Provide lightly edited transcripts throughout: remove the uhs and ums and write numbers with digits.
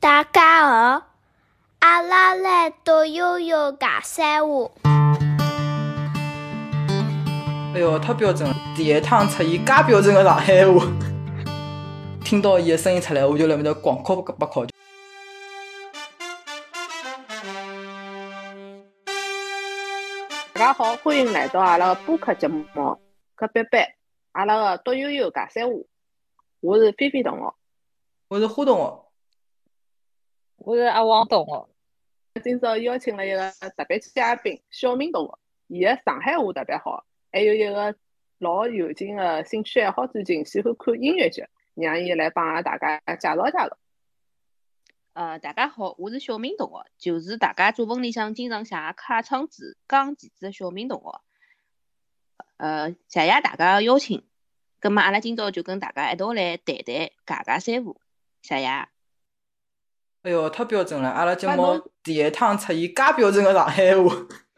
大家好，阿拉来读悠悠讲三话。 哎哟，太标准了！第一趟出现介标准的上海话，听到伊的声音出来，我就辣面搭狂哭不哭。 大家好，欢迎来到阿拉个播客节目《隔壁班》，阿拉个读悠悠讲三话。我是菲菲同学， 我是花同学。 我是阿王同学。 今朝邀请了一个特别嘉宾小明同学，伊个上海话特别好，还有一个老有劲的兴趣爱好，最近喜欢看音乐剧，让伊来帮大家介绍介绍。 大家好，我是小明同学，就是大家作文里向经常写卡窗子、讲棋子的小明同学。谢谢大家的邀请，葛末阿拉今朝就跟大家一道来谈谈讲三胡，谢谢。 哎哟，太标准了！阿拉节目第一趟出现介标准的上海话。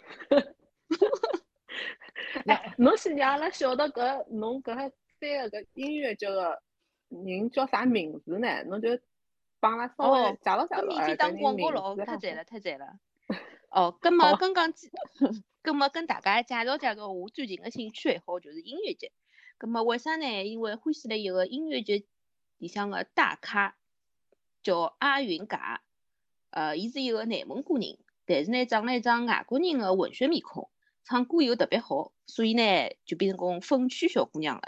侬先让阿拉晓得侬搿三个音乐剧个人叫啥名字呢？侬就帮阿拉稍微介绍介绍。 面前打广告咯，太赞了，太赞了。葛末葛末跟大家介绍我最近的兴趣爱好就是音乐剧。葛末为啥呢？因为欢喜了一个音乐剧里向的大咖，叫阿云嘎。伊是一个内蒙古人，但是呢长了一张外国人的混血面孔，唱歌又特别好，所以呢就变成个粉区小姑娘了。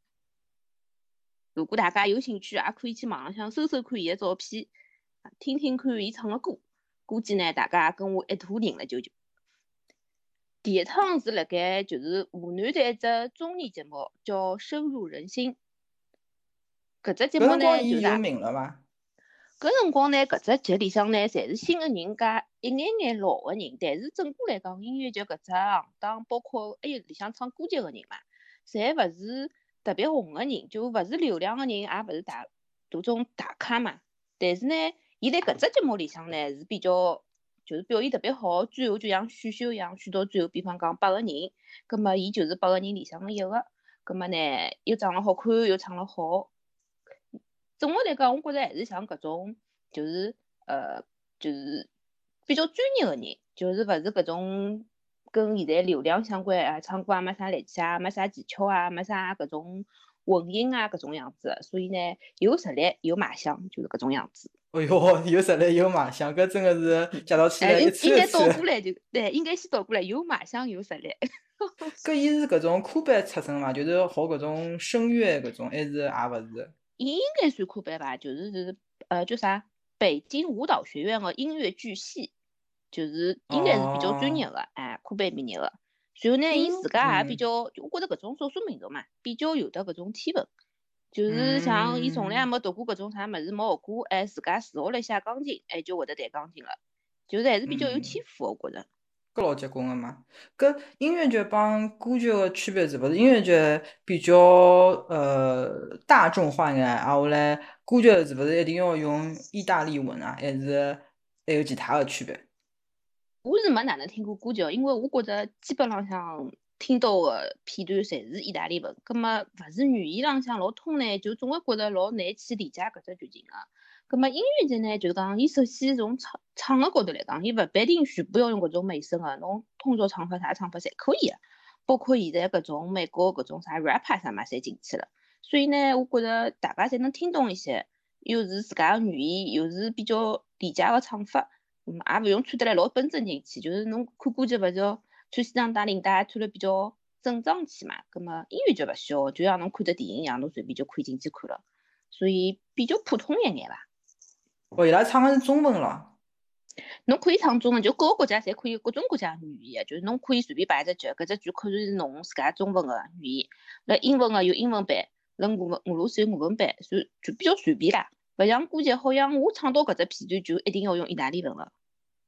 如果大家有兴趣，也可以去网浪向搜搜看伊的照片，听听看伊唱的歌。估计呢，大家跟我一坨认了就。第一趟是辣盖就是湖南的一只综艺节目，叫《深入人心》。搿只节目呢，就是有名了伐？ 搿辰光呢，搿只剧里向呢，侪是新的人加一眼眼老的人，但是整个来讲，音乐剧搿只行当，包括还有里向唱歌剧的人嘛，侪勿是特别红的人，就勿是流量的人，也勿是大种大咖嘛。但是呢，伊在搿只节目里向呢，是比较就是表现特别好，最后就像选秀一样，选到最后，比方讲8个人，葛末伊就是8个人里向的一个，葛末呢又长得好看，又唱得好。总的来讲，我觉着还是像搿种，就是就是比较专业的人，就是勿是搿种跟现在流量相关啊，唱歌也没啥力气啊，没啥技巧啊，没啥搿种混音啊搿种样子。所以呢，有实力有卖相，就是搿种样子。 哎哟，有实力有卖相，搿真的是介绍起来一串应该倒过来就对，应该先倒过来，有卖相有实力。 搿伊是搿种科班出身嘛，就是学搿种声乐搿种，还是也勿是？ 伊应该算科班吧，就是叫啥北京舞蹈学院的音乐剧系，就是应该是比较专业的，科班毕业的。然后呢，伊自家也比较，我觉着搿种少数民族嘛，比较有得搿种天分，就是像伊从来也没读过搿种啥物事，没学过，自家自学了一下钢琴，就会得弹钢琴了，就是还是比较有天赋的，我觉着。 搿老结棍个嘛！搿音乐剧帮歌剧个区别是勿是？音乐剧比较大众化眼，啊后来歌剧是勿是一定要用意大利文啊？还是还有其他的区别？ 我是没哪能听过歌剧，因为我觉着基本浪向听到的片段侪是意大利文，葛末勿是语言浪向老通呢，就总归觉着老难去理解搿只剧情个。葛末音乐剧呢，就是讲伊首先从唱个高头来讲，伊勿必定全部要用搿种美声个，侬通俗唱法啥唱法侪可以个，包括现在搿种美国搿种啥 rap 啥嘛，侪进去了。所以呢，我觉着大家侪能听懂一些，又是自家个语言，又是比较理解个唱法。也勿用穿得来老本正进去，就是侬看歌剧勿是要穿西装打领带，穿了比较正装去嘛。葛末音乐剧勿需要，就像侬看只电影一样，侬随便就可以进去看了，所以比较普通一眼伐。 伊拉唱的是中文咯。 侬可以唱中文，就各个国家侪可以各种各样语言，就是侬可以随便摆一只剧，搿只剧可能是侬自家中文个语言，辣英文个有英文版，辣俄罗斯有俄文版，就比较随便啦。勿像歌剧，好像我唱到搿只片段就一定要用意大利文了。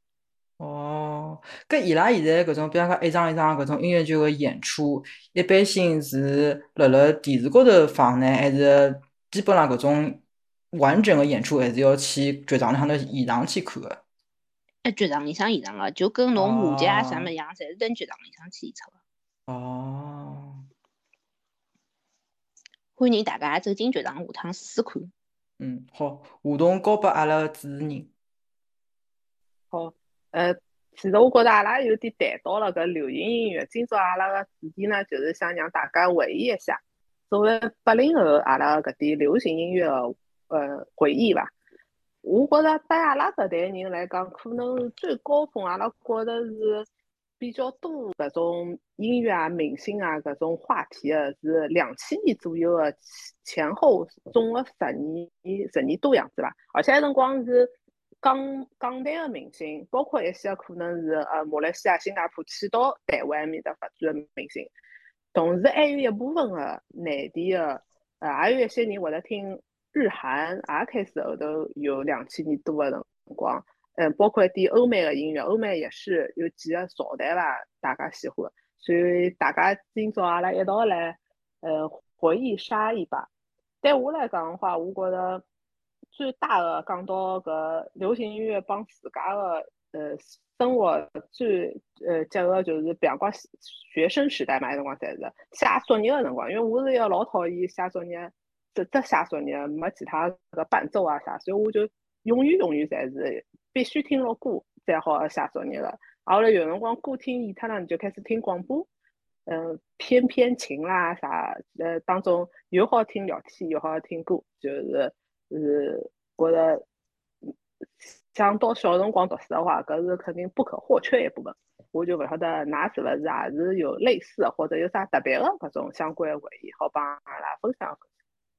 搿伊拉现在搿种，比方讲一场一场搿种音乐剧个演出，一般性是辣电视高头放呢，还是基本上搿种完整个演出还是要去剧场里向头现场去看个？ 剧场里向现场个，就跟侬马甲啥么样，侪是等剧场里向去演出个。欢迎大家走进剧场下趟试试看。 好，话筒交拨阿拉个主持人。 好，其实我觉着阿拉有点谈到了搿流行音乐。今朝阿拉个主题呢，就是想让大家回忆一下作为80后阿拉搿点流行音乐个回忆伐。我觉着对阿拉搿代人来讲，可能最高峰，阿拉觉着是比较多搿种音乐啊、明星啊搿种话题的，是2000年左右的前后总个10年多样子伐。而且那辰光是港台的明星，包括一些可能是马来西亚、新加坡去到台湾埃面搭发展的明星，同时还有一部分的内地的，也有一些人会得听日韩，也开始后头有2000年多的辰光，包括一点欧美的音乐，欧美也是有几个潮台吧，大家喜欢，所以大家今朝阿拉一道来，回忆杀一把。对我来讲的话，我觉得最大的讲到搿流行音乐帮自家的生活最结合，就是比方讲学生时代嘛，那辰光侪是写作业的辰光，因为我是一个老讨厌写作业，只写作业没其他个伴奏啊啥，所以我就永远侪是必须听了歌才好写作业的。后来有辰光歌听厌脱了，你就开始听广播。翩翩琴啦啥，当中又好听聊天，又好听歌，就是觉得想到小辰光读书的话，搿是肯定不可或缺一部分。我就勿晓得㑚是勿是也是有类似的，或者有啥特别的搿种相关的回忆，好帮阿拉分享分享。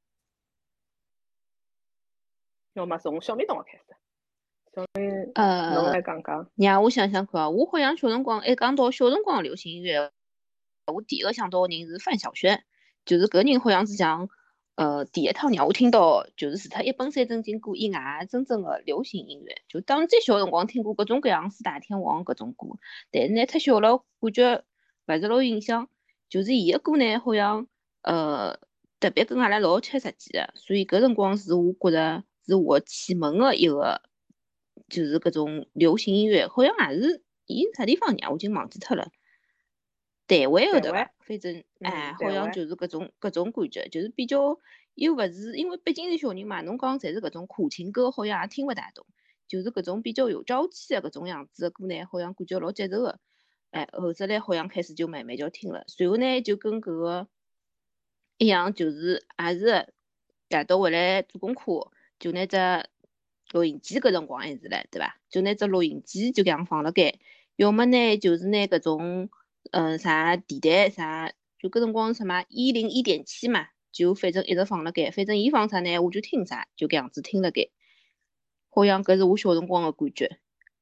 要么从小米同学开始，小米侬来讲讲。 让我想想看啊，我好像小辰光，讲到小辰光流行音乐，我第一个想到的人是范晓萱，就是搿人好像是讲，第一趟让我听到就是除脱一本三正经歌以外，真正的流行音乐。就当再小辰光听过各种各样四大天王搿种歌，但是呢太小了，感觉勿是老有印象。就是伊个歌呢，好像特别跟阿拉老切实际的，所以搿辰光是我觉着是我启蒙的一个，就是搿种流行音乐，好像也是伊啥地方人，我已经忘记脱了。台湾后头吧，反正好像就是搿种感觉，就是比较又勿是，因为毕竟是小人嘛，侬讲侪是搿种苦情歌，好像也听勿大懂，就是搿种比较有朝气的搿种样子的歌呢，好像感觉老接受的。后头来好像开始就慢慢就听了，随后呢就跟搿个一样，就是也是夜到回来做功课，就拿只录音机，搿辰光还是唻，对伐？就拿只录音机就搿样放辣盖，要么呢就是拿搿种啥电台啥，就搿辰光什么101.7嘛，就反正一直放辣盖，反正伊放啥呢我就听啥，就搿样子听辣盖。好像搿是我小辰光的感觉。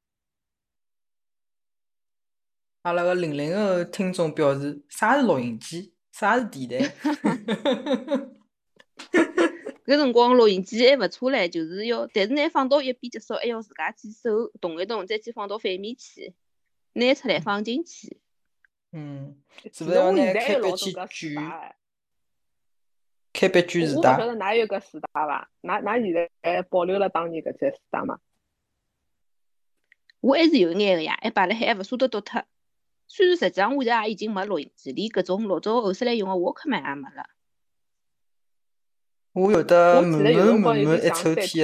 阿拉个00后听众表示，啥是录音机？啥是电台？ 搿辰光录音机还勿错唻，就是要，但是呢放到一边结束，还要自家去手动一动，再去放到反面去，拿出来放进去。 是勿是要拿开笔去卷？开笔卷磁带。 我勿晓得㑚有搿磁带伐？㑚现在还保留了当年搿些磁带吗？ 我还是有眼个呀，还摆辣海，还勿舍得丢脱。虽然实际上我现在也已经没录音机，连搿种老早后首来用个 Walkman 也没了。 我有得满一抽屉的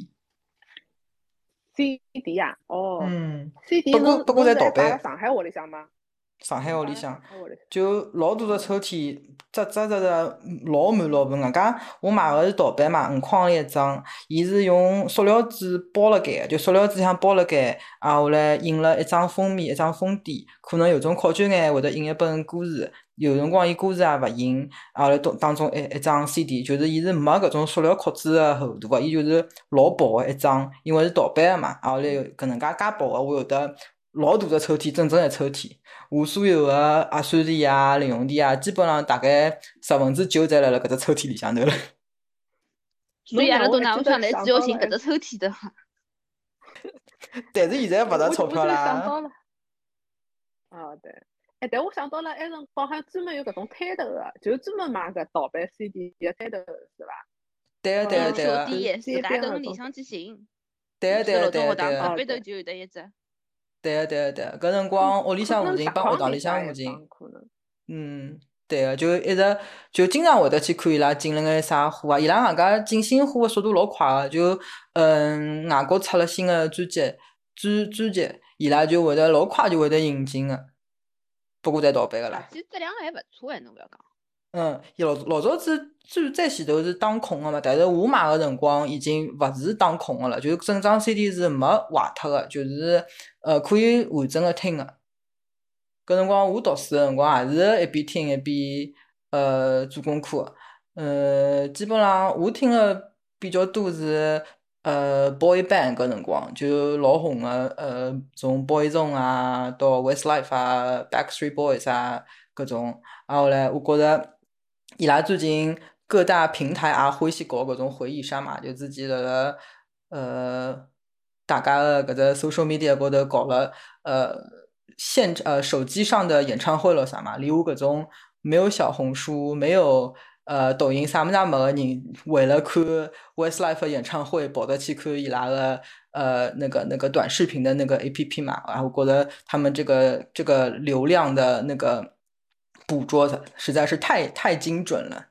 CD。CD 呀，哦。 CD 侬不过在盗版。 摆辣上海屋里向吗？ 上海屋里向，就老大个抽屉，只老满老满。外加我买个是盗版嘛，5块一张，伊是用塑料纸包了盖，就塑料纸像包了盖，后来印了一张封面，一张封底，可能有种考究眼会得印一本歌词，有辰光伊歌词也勿印，后来当中一张 CD， 就是伊是没搿种塑料壳子的厚度个，伊就是老薄个一张，因为是盗版个嘛，后来搿能介介薄个，我有得老大个抽屉，整一抽屉。我所有的压岁钿啊、零用钿啊，基本上大概9%侪辣搿只抽屉里向头了。 所以阿拉到哪屋想来只要寻搿只抽屉的。 但是现在勿值钞票啦。 哦，对。但我想到了，埃辰光好像专门有搿种摊头个，就专门买搿盗版 CD 个摊头，是伐？ 对个。 小店自家蹲里向去寻。 对个。 学堂隔壁头就有得一只。 对个，搿辰光屋里向附近帮学堂里向附近， 对个，就一直就经常会得去看伊拉进了眼啥货啊，伊拉外加进新货个速度老快个，就外国出了新个专辑，伊拉就会得老快就会得引进个，不过侪盗版个啦。 质量还勿错哎，侬勿要讲。 老早子最在前头是打孔个嘛，但是我买个辰光已经勿是打孔个了，就是整张 CD 是没坏脱个，就是可以完整个听个。搿辰光我读书个辰光也是一边听一边做功课个，基本上我听个比较多是boy band 搿辰光就老红个从 Boyzone 啊到 Westlife 啊 Backstreet Boys 啊搿种，啊后来我觉着伊拉最近各大平台也欢喜搞搿种回忆杀嘛，就自己辣辣大家个搿只 social media 高头搞了手机上的演唱会了啥嘛，连我搿种没有小红书没有抖音啥物事没个人，为了看 Westlife 演唱会跑得去看伊拉个那个短视频的那个 APP 嘛，然后觉得他们这个流量的那个捕捉实在是太精准了。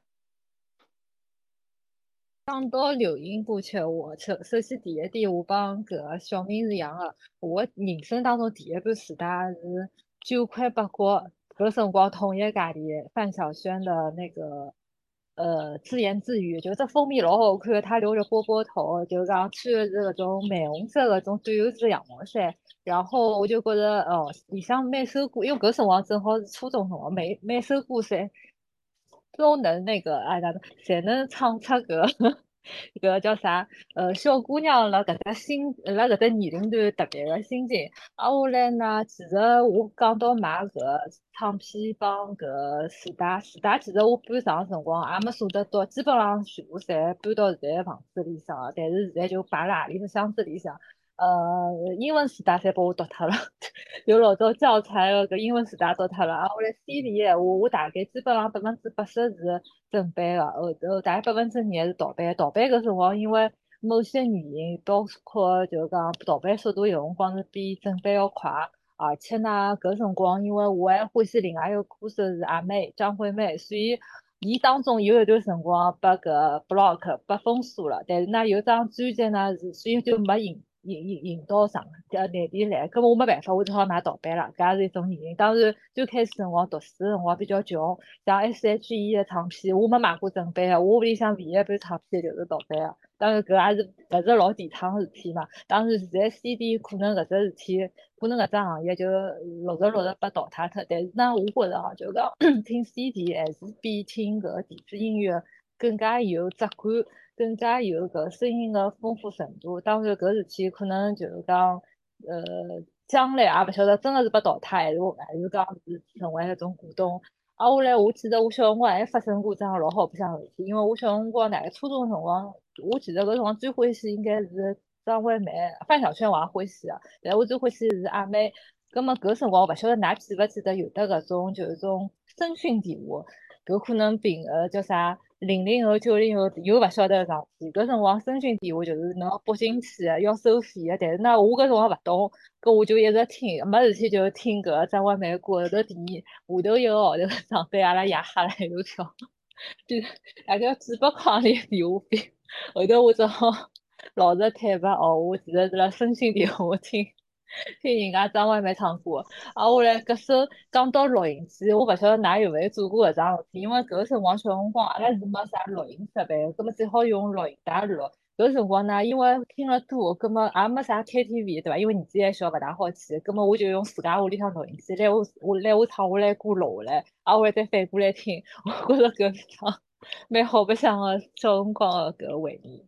讲到流行歌曲，首先第一点，我帮搿个小明是一样的。我人生当中第一盘磁带是9块8角，搿辰光统一价钿范晓萱的那个自言自语，就这封面老好看，她留着波波头，就讲穿的是搿种玫红色搿种短袖羊毛衫。然后我就觉着哦，里向每首歌，因为搿辰光正好是初中辰光，每首歌都能那个哎，侪能唱出搿叫啥？小姑娘辣搿只年龄段特别个心情。啊，后来呢，其实我讲到买搿唱片帮搿磁带其实我搬上辰光也没舍得到，基本上全部侪搬到现在房子里向，但是现在就摆辣何里个箱子里向。英文磁带侪拨我读脱了，有老早教材个搿英文磁带读脱了。啊，后来 CD 闲话，我大概基本上80%是正版个，后头大概2%是盗版。盗版搿辰光因为某些原因，包括就讲盗版速度有辰光是比正版要快，而且呢搿辰光因为我还欢喜另外一个歌手是阿妹张惠妹，所以伊当中有一段辰光被搿 block 被封锁了，但是呢有张专辑呢是所以就没引到内地来，根本我没办法，我只好买盗版了，搿也是一种原因。当然最开始辰光读书辰光比较穷，像 S.H.E 的唱片我没买过正版的，我屋里向唯一一盘唱片就是盗版的。当然搿也是勿是老提倡个事体嘛。当然现在 CD 可能搿只事体，可能搿只行业就陆续被淘汰脱。但是呢，我觉着哦，就讲听 CD 还是比听搿电子音乐更加有质感。更加有搿声音的丰富程度。当然搿事体可能就是讲，将来也勿晓得真的是被淘汰，还是讲是成为一种古董。啊，后来我记得我小辰光还发生过桩老好白相个事体，因为我小辰光大概初中辰光，我记得搿辰光最欢喜应该是张惠妹、范晓萱我也欢喜个，但我最欢喜是阿妹。葛末搿辰光我勿晓得㑚记勿记得有得搿种就是种声讯电话，搿可能凭叫啥00后、90后又勿晓得桩事体。搿辰光声讯电话就是侬要拨进去个，要收费个。但是呢，我搿辰光勿懂，搿我就一直听，没事体就听搿张惠妹歌。后头下头一个号头上班，阿拉爷吓了一大跳，就大概几百块钿电话费。后头我只好老实坦白哦，我其实是辣声讯电话听人家张惠妹唱歌。啊，后来搿首讲到录音机，我勿晓得㑚有勿有做过搿桩事体，因为搿辰光小辰光阿拉是没啥录音设备，葛末只好用录音带录。搿辰光呢，因为听了多，葛末也没啥 KTV 对伐？因为年纪还小，勿大好去，葛末我就用自家屋里向录音机，拿我唱下来歌录下来，啊，后来再反过来听，我觉着搿是桩蛮好白相个小辰光个搿回忆。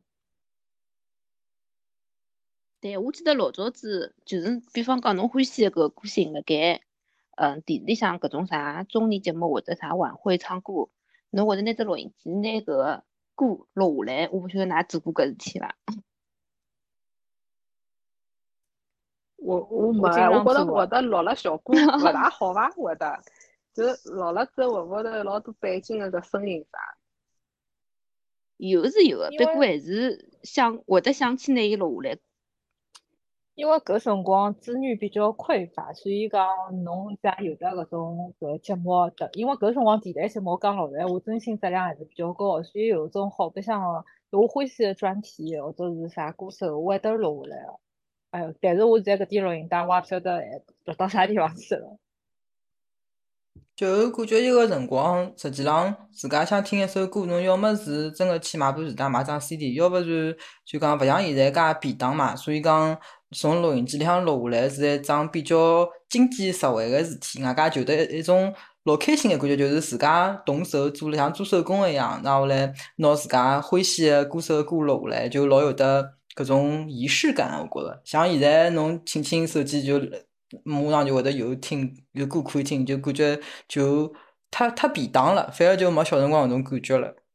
对，我记得老早子就是，比方讲侬欢喜个搿歌星辣盖，电视里向搿种啥综艺节目或者啥晚会唱歌，侬会得拿只录音机拿搿个歌录下来。我勿晓得㑚做过搿事体伐？ 我没， 经常我觉着做会得录了效果勿大好伐？会得，就是录了之后会得老多背景个搿声音啥。 有是有个， 因为不过还是会得想起拿伊录下来。 因为搿辰光资源比较匮乏，所以讲侬假有的搿种搿节目的，因为搿辰光电台节目刚落来，话真心质量还是比较高的，所以有种好白相的我欢喜的专题或者是啥歌手，我会得录下来的。哎哟，但是我现在搿点录音带我也不晓得录到啥地方去了。 就感觉一个辰光，实际上自家想听一首歌，侬要么是真个去买盘磁带买张 CD，要不然就讲勿像现在介便当嘛，所以讲从录音机里向录下来是一桩比较经济实惠个事体，外加就得一种老开心个感觉，就是自家动手做了像做手工一样，然后来拿自家欢喜个歌手个歌录下来，就老有得搿种仪式感，我觉着。像现在侬轻手机就马上就会得有歌可以听，就感觉就太便当了，反而就没小辰光搿种感觉了。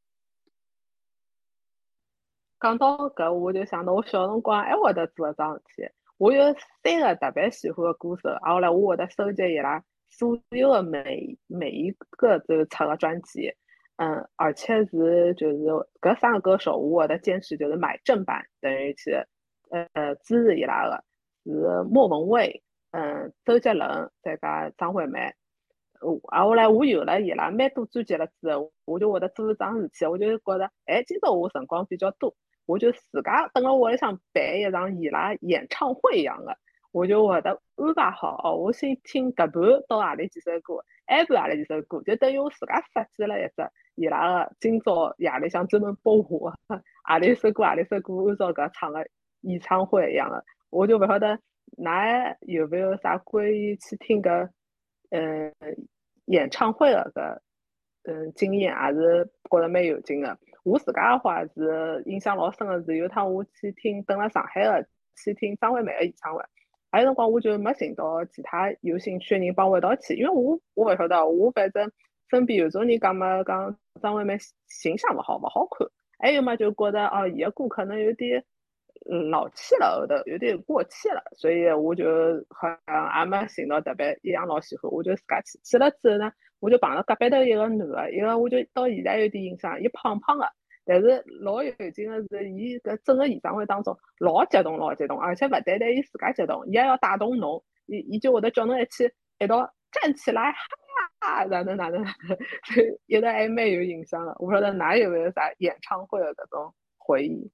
讲到搿，我就想到我小辰光还会得做一桩事体。我有三个特别喜欢的歌手，然后来我会得收集伊拉所有的每一个就出的专辑，而且是就是搿三个歌手，我会得坚持就是买正版，等于去支持伊拉的是莫文蔚、周杰伦再加张惠妹。然后来我有了伊拉蛮多专辑了之后，我就会得做一桩事体，我就觉着，哎，今朝我辰光比较多。我就自家等了屋里向办一场伊拉演唱会一样的，我就会得安排好哦，我先听搿半到何里几首歌，下半何里几首歌，就等于我自家设计了一只伊拉个今朝夜里向专门播我何里首歌何里首歌按照搿唱个演唱会一样的，我就勿晓得㑚有没有啥关于去听搿演唱会的搿经验，还是觉着蛮有劲的。我自家的话是印象老深的是，有趟我去听登了上海的，去听张惠妹的演唱会，还有辰光我就没寻到其他有兴趣的人帮我一道去，因为我勿晓得，我反正身边有种人讲嘛，讲张惠妹形象勿好看，还有嘛就觉得哦，伊的歌可能有点老气了，后头有点过气了，所以我就好像也没寻到特别一样老喜欢，我就自家去了之后呢。我就碰到隔壁头一个男的，一个我就到现在有点印象，伊胖胖的，但是老有劲的是，伊搿整个演唱会当中老激动，而且勿单单伊自家激动，伊还要带动侬，伊就会得叫侬一道站起来，哈，哪能，有的还蛮有印象的。我不晓得㑚有没有啥演唱会的搿种回忆？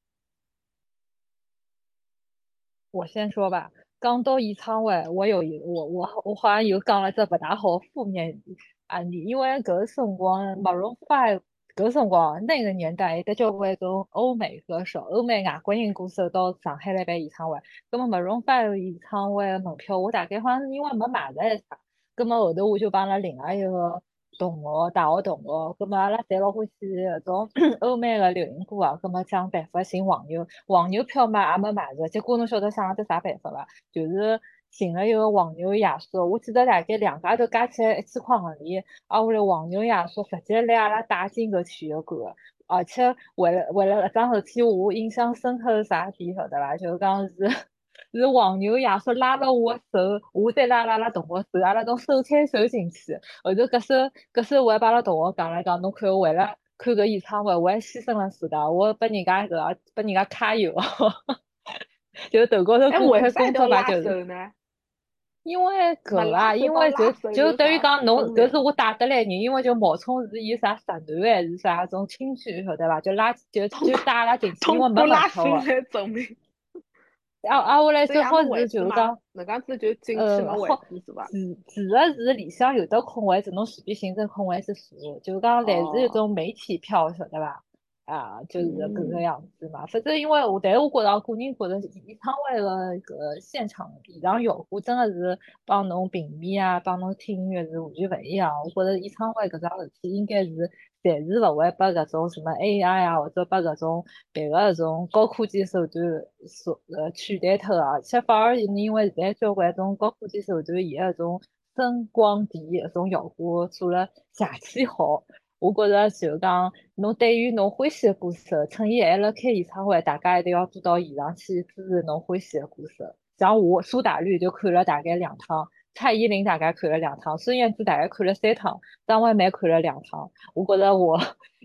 我先说吧，刚到演唱会，我好像有讲了只不大好负面案例，因为搿个辰光 Maroon 5搿个辰光那个年代，有得交关种欧美歌手、欧美外国人歌手到上海来办演唱会。葛么 Maroon 5演唱会门票，我大概好像是因为没买着还是啥，葛么后头我就帮阿拉另外一个同学，大学同学，葛么阿拉侪老欢喜搿种欧美个流行歌啊，葛么想办法寻黄牛票嘛也没买着，结果侬晓得想了只啥办法伐？就是寻了一个黄牛夜宿，我记得大概两家头加起来1000块行钿，啊，后来黄牛夜宿直接来阿拉带进搿体育馆，而且为了搿桩事体，我印象深刻是啥点晓得伐？就讲是黄牛爷叔拉了我的手，我再拉拉同学手，阿拉从手牵手进去。后头搿首我还帮阿拉同学讲了讲，侬看我为了看搿演唱会，我还牺牲了自家，我拨人家揩油，就头高头哎， 挂块为啥要工作吧， 拉就是手呢？ 因为搿啊， 没拉手因为就帮拉手就等于有啥讲侬分别？ 搿是我带得来人，因为就冒充是伊啥直男还是啥种亲戚，晓得伐？就带阿拉进去，因为没门通过拉票的。 手来证明。 后来所以也没最好是位置嘛， 就是讲。 能介子就进去没位好， 置是伐？ 住的是里向有的空位置，侬随便寻只空位置坐，就讲类似于哦， 种媒体票，晓得伐？啊，就是搿个嗯， 样子嘛。反正因为但是我觉着个人觉着演唱会的搿现场现场效果真的是帮侬平面啊，帮侬听音乐是完全勿一样。我觉着演唱会搿桩事体应该是暂时勿会拨搿种什么 AI 啊，或者拨搿种别个搿种高科技手段取代脱啊，而且反而因为现在交关种高科技手段，伊个搿种声光电搿种效果做了邪气好。我觉着就讲，侬对于侬欢喜的歌手，趁伊还辣开演唱会，大家一定要多到现场去支持侬欢喜的歌手。像我苏打绿就看了大概2趟，蔡依林大概看了2趟，孙燕姿大概看了3趟，张惠妹看了2趟。我觉着我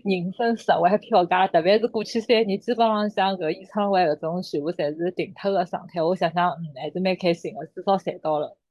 人生10万票价，特别是过去3年，基本上像搿演唱会搿种全部侪是停脱个状态。我想想，还是蛮开心个，至少赚到了。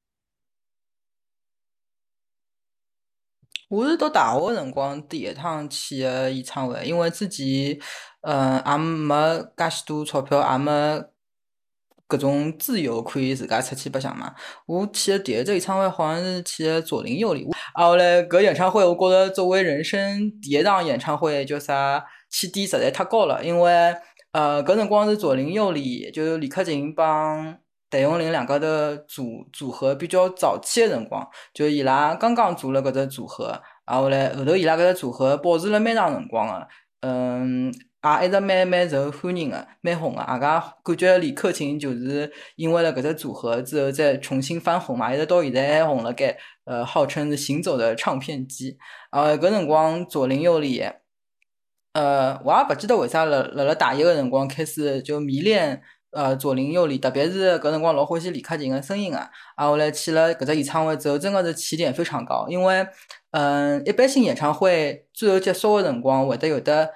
我是读大学个辰光第一趟去个演唱会，因为之前也没介许多钞票，也没搿种自由可以自家出去白相嘛。我去的第一只演唱会好像是去的左邻右里，后来搿演唱会我觉着作为人生第一场演唱会，叫啥起点实在太高了，因为搿辰光是左邻右里，就是李克勤帮谭咏麟两家头组合比较早期的辰光，就伊拉刚刚组了搿只组合，后来后头伊拉搿只组合保持了蛮长辰光个，也一直蛮受欢迎个，蛮红个。大家感觉李克勤就是因为了搿只组合之后再重新翻红嘛，一直到现在还红了该，号称是行走的唱片机。搿辰光左邻右里。我也勿记得为啥辣大一个辰光开始就迷恋左邻右里，特别是搿辰光老欢喜李克勤个声音啊。后来去了搿只演唱会之后，真个是起点非常高，因为一般性演唱会最后结束个辰光会得有的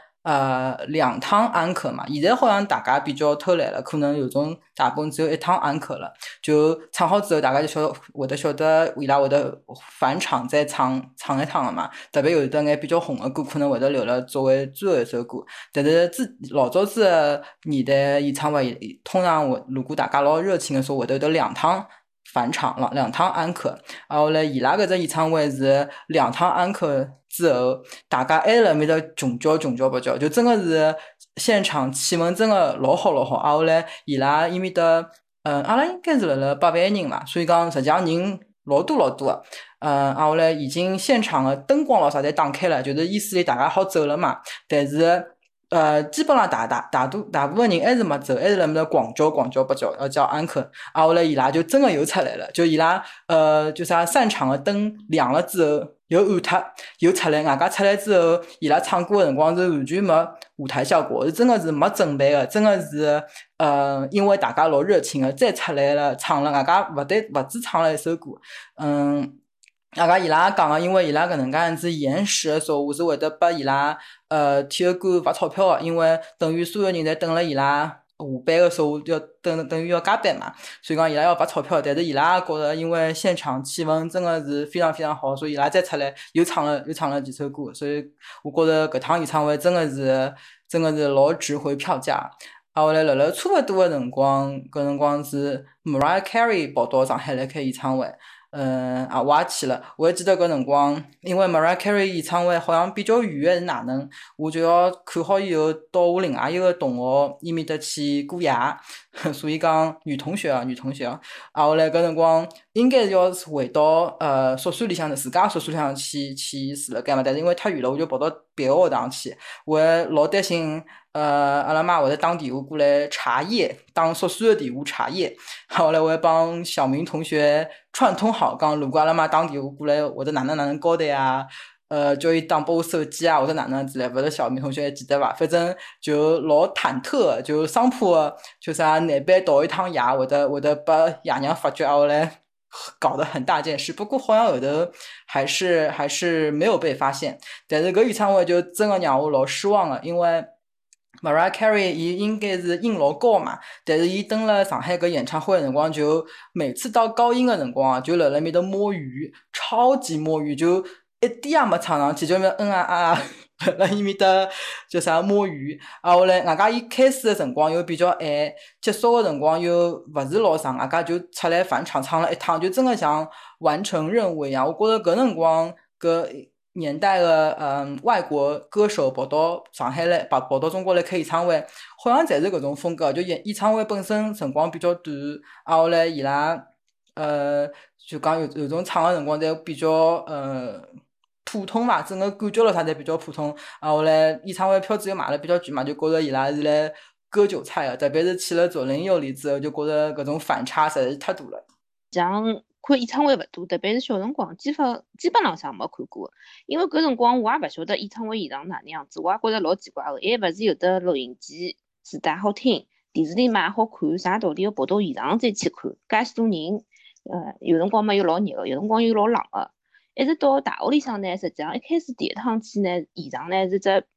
2趟安可嘛，现在好像大家比较偷懒了，可能有种大部分只有1趟安可了，就唱好之后大家就会得晓得伊拉会得返场再唱一趟了嘛。特别有的眼比较红的歌可能会得留了作为最后一首歌，但是老早子的年代演唱会通常如果大家老热情的时候会得有得2趟返场了，2趟安可。后来伊拉搿只演唱会是2趟安可之后，大家还辣面搭穷叫不叫，就真的是现场气氛真的老好老好。后来伊拉伊面搭，阿拉应该是辣8万人嘛，所以讲实际上人老多个。后来已经现场的灯光咯啥侪打开了，就是意思里大家好走了嘛。但是基本上大部分人还是没走，还是辣面搭狂叫不叫，叫安可。后来伊拉就真的又出来了，就伊拉就啥散场的灯亮了之后又暗脱，又出来，外加出来之后，伊拉唱歌的辰光是完全没舞台效果，是真的是没准备的，真的是因为大家老热情的再出来了唱了，外加勿止唱了一首歌，伊拉讲个，因为伊拉搿能介样子延时的说话是会得拨伊拉体育馆罚钞票个，因为等于所有人侪等了伊拉下班的时候要等于要加班嘛，所以讲伊拉要罚钞票。但是伊拉也觉着，因为现场气氛真的是非常非常好，所以伊拉再出来又唱了几首歌，所以我觉着搿趟演唱会真的是老值回票价。后来辣差勿多的辰光，搿辰光是 Mariah Carey 跑到上海来开演唱会。我也去了。我还记得搿辰光，因为 Mariah Carey 演唱会好像比较远还是哪能，我就要看好以后到我另外一个同学伊面搭去过夜，所以讲女同学啊。后来搿辰光应该是要回到宿舍里向的自家宿舍里向去住了该嘛，但是因为太远了，我就跑到别个学堂去，我还老担心。阿拉妈会得打电话过来查夜，打宿舍的电话查夜。后来我还帮小明同学串通好，讲如果阿拉妈打电话过来，或者哪能交代啊，叫伊打拨我手机啊，或者哪能之类，勿是小明同学还记得伐？反正就老忐忑，就生怕就啥难办倒一趟夜，会得拨爷娘发觉，后来搞得很大件事。不过好像后头还是没有被发现。但是搿演唱会就真的让我老失望了，因为Mariah Carey 伊应该是音老高嘛，但是伊登了上海搿演唱会的辰光，就每次到高音的辰光啊，就辣面搭摸鱼，超级摸鱼，就一点也没唱上去，就那辣伊面搭叫啥摸鱼。后来外加伊开始的辰光又比较晚，结束的辰光又勿是老长，外加就出来返场唱了一趟，就真的像完成任务一样。我觉着搿辰光搿年代的外国歌手跑到上海来，跑到中国来开演唱会，好像侪是搿种风格。就演唱会本身辰光比较短，后来伊拉就讲有种唱的辰光侪比较普通嘛，整个感觉了啥侪比较普通。后来演唱会票子又卖了比较贵嘛，就觉着伊拉是来割韭菜的。特别是去了左邻右里之后，就觉着搿种反差实在是太大了。 像看演唱会勿多，特别是小辰光，基本浪向没看过。因为搿辰光我也勿晓得演唱会现场哪能样子，我也觉着老奇怪个。还勿是有的录音机磁带好听，电视里买好看，啥道理要跑到现场再去看？介许多人，有辰光嘛又老热个，有辰光又老冷个。一直到大学里向呢，实际上一开始第一趟去呢，现场呢是只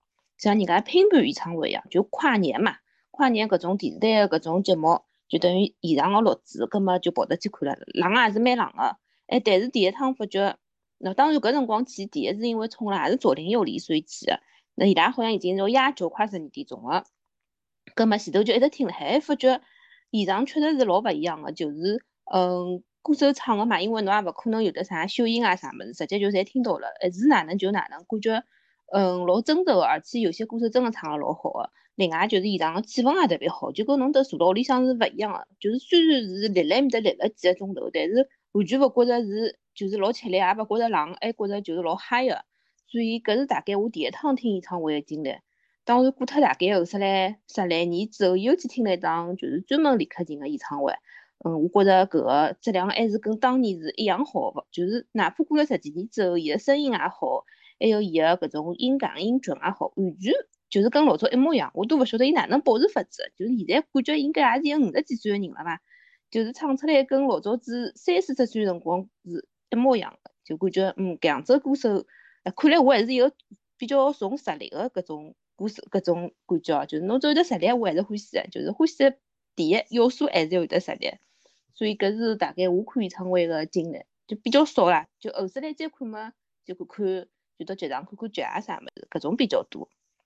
像人家拼盘演唱会一样，就跨年嘛，跨年搿种电视台的搿种节目，就等于现场个录制，葛末就跑得去看了，冷也是蛮冷个。但是第一趟发觉，那当然搿辰光去，第一是因为冲浪也是左邻右里所以去的。那伊拉好像已经是夜9快12点钟了，葛末前头就一直听了海，发觉现场确实是老勿一样个，就是歌手唱个嘛，因为侬也勿可能有的啥秀音啊啥物事，直接就侪听到了，是哪能就哪能，感觉老真实个，而且有些歌手真的唱个老好个。另外就是现场个气氛也特别好，就跟侬蹲坐到屋里向是勿一样个。就是虽然是立辣埃面搭立了几个钟头，但是完全勿觉着是就是老吃力，也勿觉着冷，还觉着就是老嗨个。所以搿是大概我第一趟听演唱会个经历。当然过脱大概后十来年之后，又去听了一档就是专门李克勤个演唱会。我觉着搿个质量还是跟当年是一样好个，就是哪怕过了10几年之后，伊个声音也好，还有伊个搿种音感音准也好，完全就是跟老早一模一样。我都勿晓得伊哪能保持法子，就是现在感觉应该也是有50几岁个人了吧，就是唱出来跟老早子30、40岁辰光是一模一样的，就感觉搿样子歌手，看来我还是有比较重实力个搿种歌手搿种感觉，就是侬只有得实力，我还是欢喜的，就是欢喜的第一要素还是要有得实力。所以搿是大概我看演唱会个经历，就比较少啦。就后首来再看嘛，就看看就到剧场看看剧啊啥物事，搿种比较多。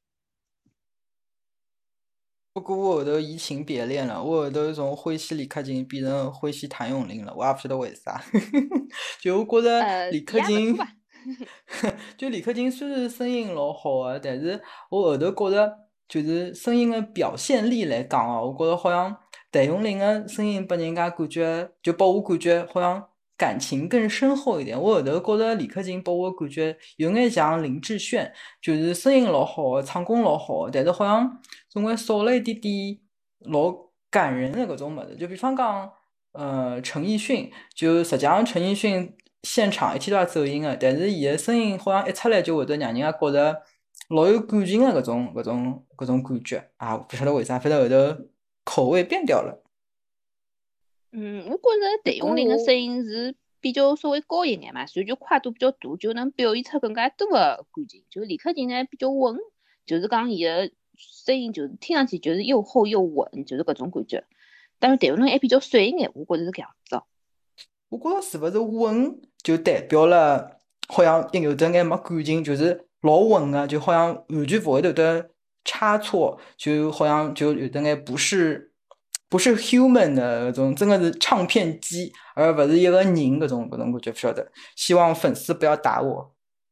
不过我后头移情别恋了，我后头从欢喜李克勤变成欢喜谭咏麟了，我也不晓得为啥。就我觉着李克勤，就李克勤虽然声音老好个，但是我后头觉着就是声音的表现力来讲哦，我觉着好像谭咏麟的声音拨人家感觉，就拨我感觉好像感情更深厚一点。我后头觉着李克勤拨我感觉有眼像林志炫，就是声音老好，唱功老好，但是好像总归少了一点点老感人的搿种物事。就比方讲，陈奕迅，就实际上陈奕迅现场一天都要走音的，但是伊的声音好像一出来就会得让人家觉着老有感情的搿种感觉啊！不晓得为啥，反正后头口味变掉了。 我觉着谭咏麟的声音是比较稍微高一眼嘛，所以就跨度比较大，就能表现出更加多的感情。就李克勤呢比较稳，就是讲伊的声音就是听上去就是又厚又稳，就是搿种感觉。但是谭咏麟还比较碎一眼，我觉着是搿样子。 我觉着是勿是稳就代表了好像有得眼没感情，就是老稳的，就好像完全勿会得差错，就好像就有得眼不是 human 的那种，真的是唱片机，而不是一个人搿种感觉，不晓得。希望粉丝不要打我。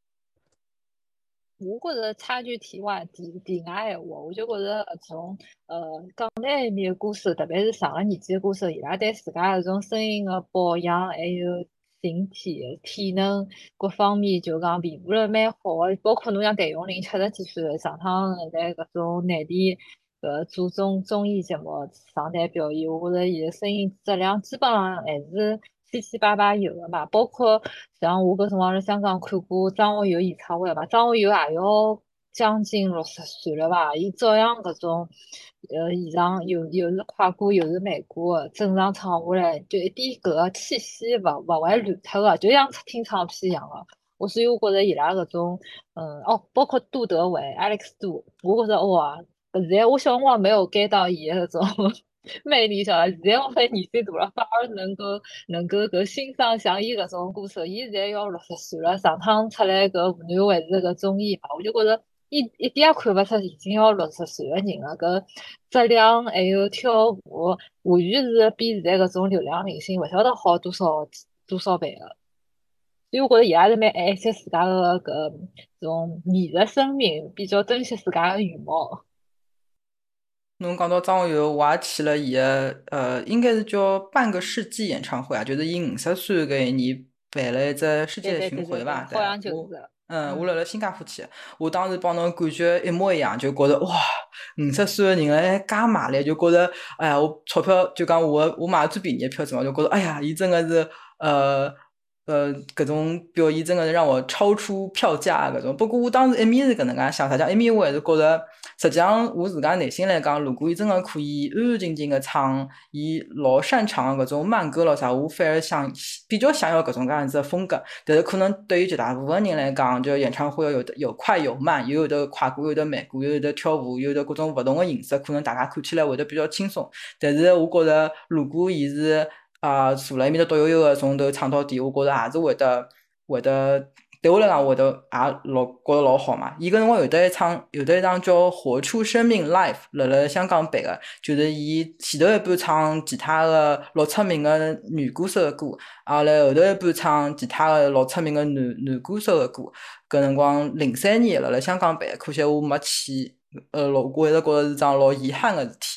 我觉着插句题外闲话，我就觉着搿种港台埃面的歌手，特别是上了年纪的歌手，伊拉对自家搿种声音的保养，还有形体、体能各方面，就讲维护了蛮好的。包括侬像谭咏麟70几岁了，上趟在搿种内地做综艺节目上台表演，我觉着伊的声音质量基本上还是七七八八有的嘛。包括像我搿辰光辣香港看过张学友演唱会嘛，张学友也要将近60岁了吧，伊照样搿种现场又是快歌又是慢歌的，整场唱下来就一点搿个气息勿会乱脱个，就像听唱片一样个。所以我觉着伊拉搿种包括杜德伟、Alex 杜，我觉着哇。现在我小辰光没有 get 到伊的那种魅力，晓得？现在我发现年纪大了，反而能够搿欣赏像伊搿种歌手。伊现在要60岁了，上趟出来搿湖南卫视搿综艺嘛，我就觉着一点也看勿出已经要60岁个人了。搿质量还有跳舞，完全是比现在搿种流量明星勿晓得好多少倍个。所以我觉着伊拉是蛮爱惜自家个搿种艺术生命，比较珍惜自家个羽毛。 侬讲到张学友，我也去了伊个应该是叫半个世纪演唱会啊，就是伊50岁搿一年办了一只世界巡回吧。 好像就是。 我辣新加坡去，我当时帮侬感觉一模一样，就觉着哇，50岁个人还介卖力，就觉着我钞票就讲我买最便宜的票子嘛，就觉着哎呀，伊真的是搿种表演真的是让我超出票价搿种。不过我当时一面是搿能介想啥，一面我还是觉着，实际上我自家内心来讲，如果伊真的可以安安静静的唱，伊老擅长的搿种慢歌咯啥，我反而比较想要搿种介样子的风格。但是可能对于绝大部分人来讲，就演唱会有快有慢，又有的快歌，有的慢歌，又有的跳舞，有的各种勿同的形式，可能大家看起来会得比较轻松。但是我觉着，如果伊是坐辣埃面搭独悠悠个从头唱到底，我觉着也是会得对我来讲会得也觉着老好嘛。伊搿辰光有得一场叫《活出生命 Live》辣香港办个，就是伊前头一半唱其他个老出名个女歌手个歌，后来后头一半唱其他个老出名个男歌手个歌。搿辰光03年辣香港办，可惜我没去，我一直觉着是桩老遗憾个事体。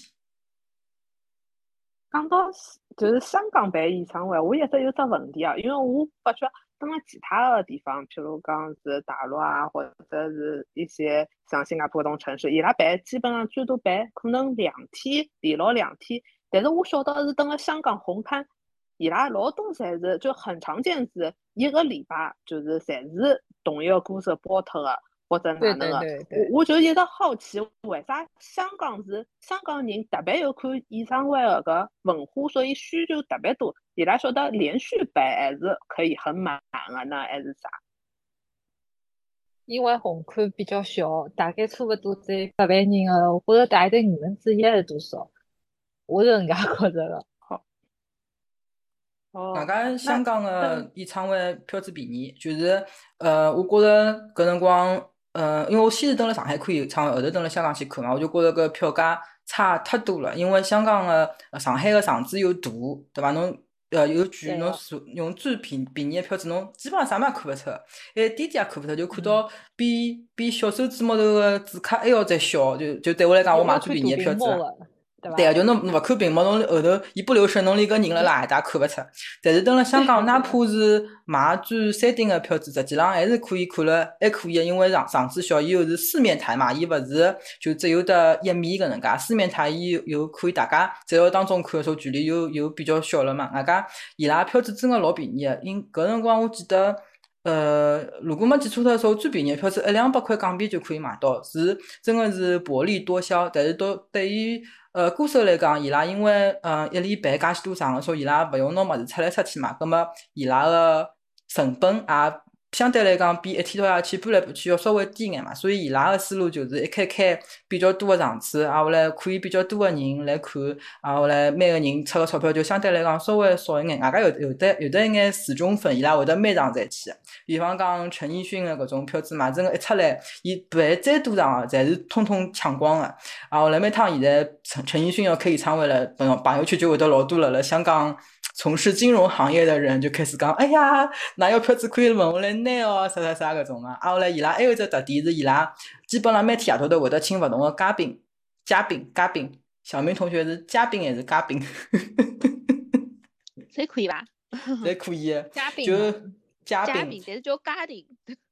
讲到就是香港办演唱会，我一直有只问题啊，因为我发觉等辣其他的地方，譬如讲是大陆啊，或者是一些像新加坡这种城市，伊拉办基本上最多办可能2天，连牢2天。但是我晓得是等辣香港红磡，伊拉老多侪是就很常见是一个礼拜，就是侪是同一个歌手包脱的。或者哪能个，我就一直好奇，为啥香港人特别有看演唱会的搿文化，所以需求特别多。伊拉晓得连续办还是可以很满的呢，还是啥？ 因为红磡比较小，大概差不多只有800人的，或者大概1/2还是多少？我是搿能介觉着的。 好。 外加香港的演唱会票子便宜，就是我觉着搿辰光，因为我先是蹲辣上海看演唱会，后头蹲辣香港去看嘛，我就觉着搿票价差太多了。因为香港的上海的场子又大，对伐？侬有贵，侬用最便宜的票子，侬基本上啥物事看勿出，一点点也看勿出，就看到比小手指头个指甲还要再小，就对我来讲，我买最便宜的票子。对啊，就侬勿看屏幕，侬后头一不留神，侬连个人辣哪一搭看勿出。但是蹲辣香港，哪怕是买最3丁个票子，实际上还是可以看了，还可以的，因为场子小，伊又是四面台嘛，伊勿是就只有得1米搿能介，四面台伊又可以大家在当中看的时候，距离又比较小了嘛。外加伊拉票子真的老便宜的，搿辰光我记得。如果没记错的时候，最便宜的票子100-200块港币就可以买到，是真的是薄利多销。但是对于歌手来讲，伊拉因为一年办介许多场的时候，伊拉勿用拿物事出来出去嘛，葛末伊拉个成本也相对来讲比一天到夜去搬来搬去要稍微低眼嘛，所以伊拉个思路就是一开比较多的场次，啊后来可以比较多的人来看，啊后来每个人出个钞票就相对来讲稍微少一眼。外加有的一眼死忠粉，伊拉会得每场侪去。比方讲陈奕迅的搿种票子嘛，真个一出来，伊办再多场个，侪是通通抢光个。啊后来每趟现在陈奕迅要开演唱会了，朋友圈就会得老多了香港。从事金融行业的人就开始讲，哎呀，哪有票子可以问我来拿哦，啥搿种啊。后来伊拉还有一只特点是，伊拉基本上每天夜头都会得请勿同的嘉宾。小明同学是嘉宾还是嘉宾？ 侪可以伐？ 侪可以。 嘉宾就嘉宾，但是叫家庭。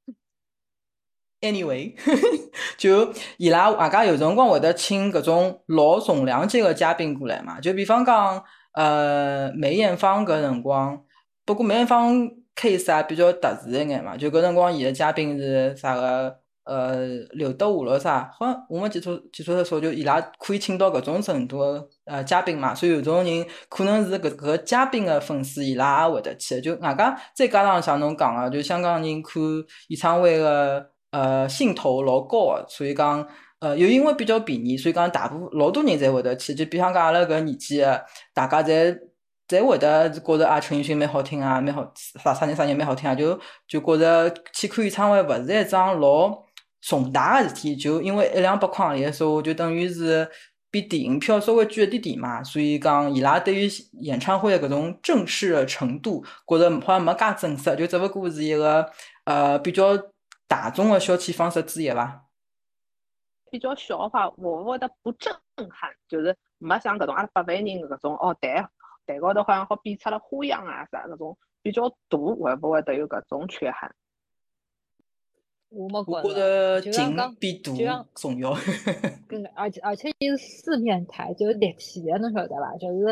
Anyway， 就伊拉外加有辰光会得请搿种老重量级的嘉宾过来嘛，就比方讲。梅艳芳搿辰光，不过梅艳芳 case 也比较特殊一眼嘛，就搿辰光伊个嘉宾是啥个刘德华咯啥，好像我没记错的时候，就伊拉可以请到搿种程度的嘉宾嘛，所以有种人可能是搿个嘉宾的粉丝，伊拉也会得去。就外加再加上像侬讲个，就香港人看演唱会个兴头老高的，所以讲。又因为比较便宜，所以讲老多人侪会得去。就比方讲阿拉搿年纪的，大家侪会得觉着陈奕迅蛮好听啊，蛮好啥人蛮好听啊，就觉着去看演唱会勿是一桩老重大的事体。就因为100-200块钿的时候，就等于是比电影票稍微贵一点点嘛。所以讲伊拉对于演唱会的搿种正式的程度，觉着好像没介正式，就只不过是一个比较大众的消遣方式之一伐。 比较小的话，我会得不震撼，就是没像搿种800人搿种台高头好像好变出了花样啊啥搿种比较大，会不会得有搿种缺憾？ 我没觉着近比大重要。 而且伊是4面台，就是立体的，侬晓得伐？就是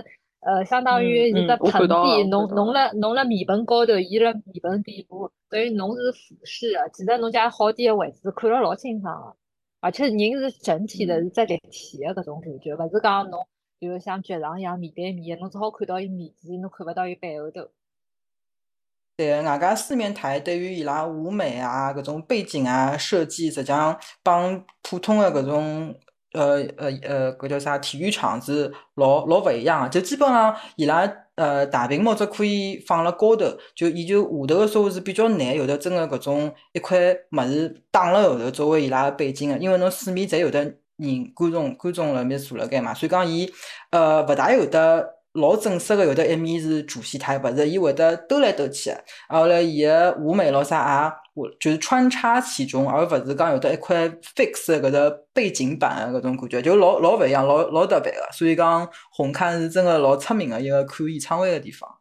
相当于一只我看到盆地， 了，我看到了。 弄了面盆高头，伊辣面盆底部，等于侬是俯视的，其实侬家好点的位置看了老清爽的，而且人是整体的是在立体的搿种感觉，勿是讲侬比如像剧场一样面对面，侬只好看到伊面前，侬看勿到伊背后头。 对，外加四面台对于伊拉舞美啊、搿种背景啊设计，实际上帮普通的搿种搿叫啥体育场是老勿一样的。就基本上伊拉大屏幕只可以放辣高头，就伊就下头个稍微是比较难，有的真个搿种一块物事挡辣后头作为伊拉个背景个，因为侬四面侪有的人观众辣面坐辣盖嘛，所以讲伊勿大有的。老正式个，有的一面是主戏台，勿是伊会得兜来兜去的。后来伊个舞美咯啥也，就是穿插其中，而勿是讲有得一块 fix 的搿个背景板的搿种感觉，就老勿一样，老特别个。所以讲红磡是真个老出名个一个看演唱会个地方。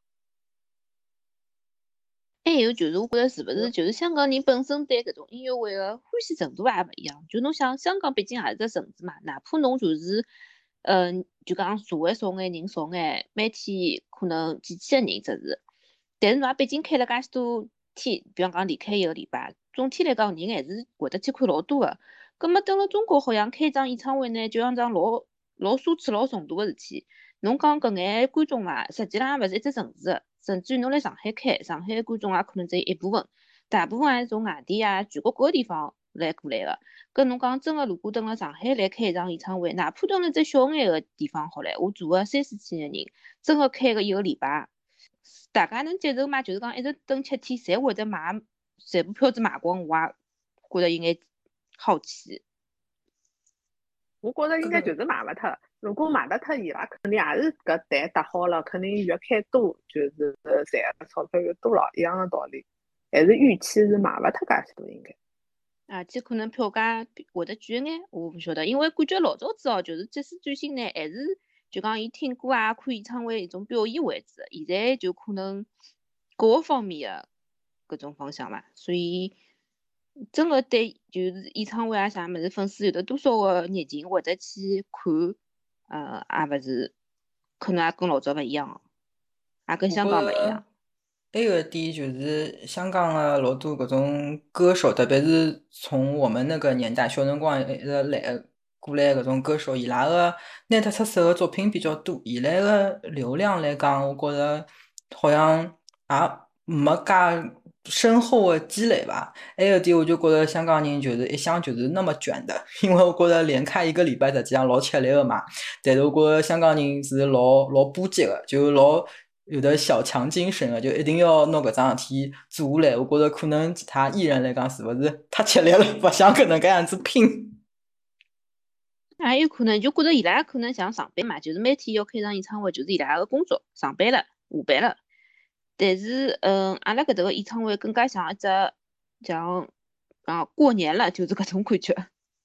还有就是，我觉着是勿是就是香港人本身对搿种音乐会个欢喜程度也勿一样。就侬想，香港毕竟也是只城市嘛，哪怕侬就是，就讲社会少眼人少眼，每天可能几千个人只是，但是侬也毕竟开了介许多天，比方讲连开一个礼拜，总体来讲人还是会得去看老多个。葛末等了中国，好像开一场演唱会呢，就像桩老奢侈、老重大个事体。侬讲搿眼观众嘛，实际上也勿是一只城市个。甚至于侬来上海开，上海观众也可能只有一部分，大部分还是从外地啊、全国各个地方来过来的。跟侬讲真个，如果等了上海来开一场演唱会，哪怕等了只小眼个地方好唻，我坐个3、4千个人，真个开个一个礼拜，大家能接受吗？就是讲一直等7天，侪会得买全部票子买光，我也觉着有眼好奇。 我觉着应该就是卖勿脱。如果卖得脱，伊拉肯定也是搿台搭好了，肯定越开多，就是赚个钞票越多了，一样的道理。还是预期是卖勿脱介许多，应该。 而且可能票价会得贵眼，我勿晓得，因为感觉老早子哦，就是即使转型呢，还是就讲以听歌啊、看演唱会一种表演为主，现在就可能各个方面的搿种方向嘛，所以真个对就是演唱会啊啥物事，粉丝有得多少个热情或者去看，也勿是，可能也跟老早勿一样，也跟香港勿一样。 还有一点就是香港的老多搿种歌手，特别是从我们那个年代小辰光一直来过来搿种歌手，伊拉个拿得出手的作品比较多，伊拉个流量来讲，我觉着好像也没介深厚的积累吧。还有一点，我就觉得香港人就是一向就是那么卷的，因为我觉得连开一个礼拜实际上老吃力的嘛。但是我觉得香港人是老巴结的，就老有的小强精神的，就一定要拿搿桩事体做下来。我觉着可能其他艺人来讲是勿是太吃力了，勿想搿能介样子拼。 也有可能就觉得伊拉可能像上班嘛，就是每天要开场演唱会，就是伊拉个工作，上班了、下班了。但是，阿拉搿搭个演唱会更加像一只像过年了，就是搿种感觉。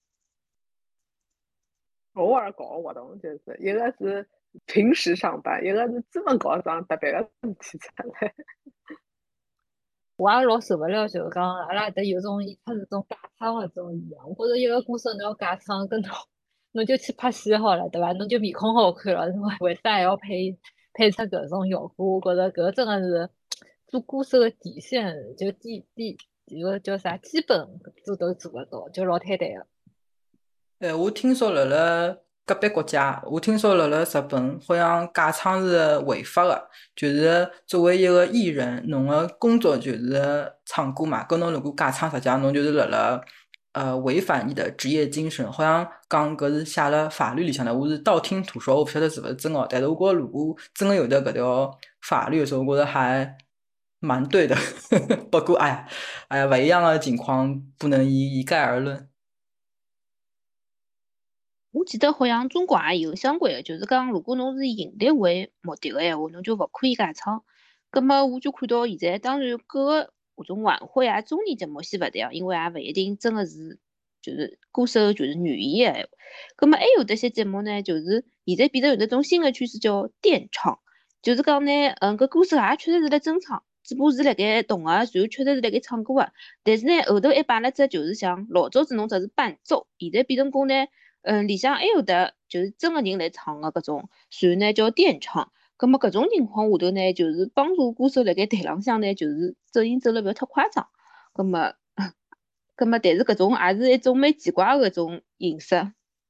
偶尔搞活动，就是一个是平时上班，一个是专门搞桩特别个事体出来。 我也老受勿了，就是讲阿拉搿搭有种演出是种假唱个种一样，我觉着一个歌手侬要假唱，跟侬就去拍戏好了，对伐？侬就面孔好看了，侬为啥还要配出搿种效果？我觉着搿真的是做歌手的底线，就这个叫啥，基本都做勿到，就老坍台个。 我听说辣隔壁国家，我听说辣日本，好像假唱是违法的。就是作为一个艺人，侬个工作就是唱歌嘛，搿侬如果假唱，实际上侬就是辣违反你的职业精神。好像讲搿是写了法律里向的，我是道听途说，我勿晓得是勿是真的。但是我觉着如果真的有的搿条法律的时候，我觉着还蛮对的。不过哎呀，勿一样的情况不能一概而论。 我记得好像中国也有相关的，就是讲如果侬是盈利为目的个闲话，侬就勿可以假唱。葛末我就看到现在，当然各个搿种晚会啊、综艺节目先勿谈，因为也勿一定真个是就是歌手就是愿意个闲话。葛末还有得些节目呢，就是现在变成有得种新的趋势叫电唱，就是讲呢，搿歌手也确实是辣真唱，只不过是辣盖动个，然后确实是辣盖唱歌个。但是呢，后头还摆了只就是像老早子侬只是伴奏，现在变成讲呢。里向还有的就是真个人来唱个搿种，所以呢叫电唱。 葛末搿种情况下头呢，就是帮助歌手辣盖台浪向呢，就是走音走了勿要太夸张。葛末，但是搿种也是一种蛮奇怪个搿种形式。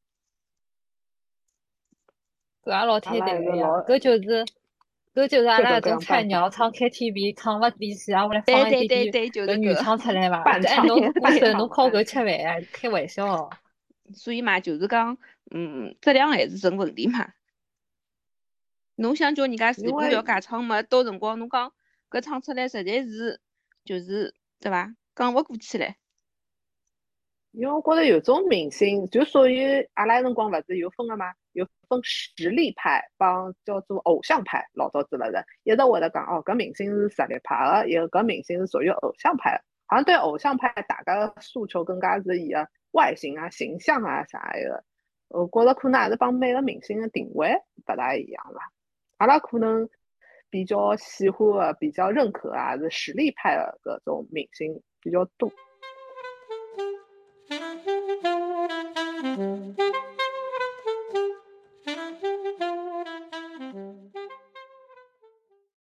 搿也老摊台个呀， 老搿就是阿拉搿种各种各样办菜鸟唱 KTV 唱勿地气啊，下来对放一点对对对，就是搿原搿。 唱出来嘛。哎， 伴唱侬歌手伴唱侬靠搿吃饭啊？开玩笑哦。 所以嘛，就是讲，质量还是成问题嘛。侬想叫人家自顾要假唱嘛，到辰光侬讲搿唱出来实在是就是对伐？讲勿过去唻。 因为我觉着有种明星，就属于阿拉辰光勿是有分个嘛，有分实力派帮叫做偶像派。老早子勿是一直会得讲哦，搿明星是实力派个，搿明星是属于偶像派的。好像对偶像派大家的诉求更加是伊个外形啊、形象啊啥个。我觉着可能还是帮每个明星的定位勿大一样吧。阿拉可能比较喜欢的、比较认可啊，是实力派的搿种明星比较多。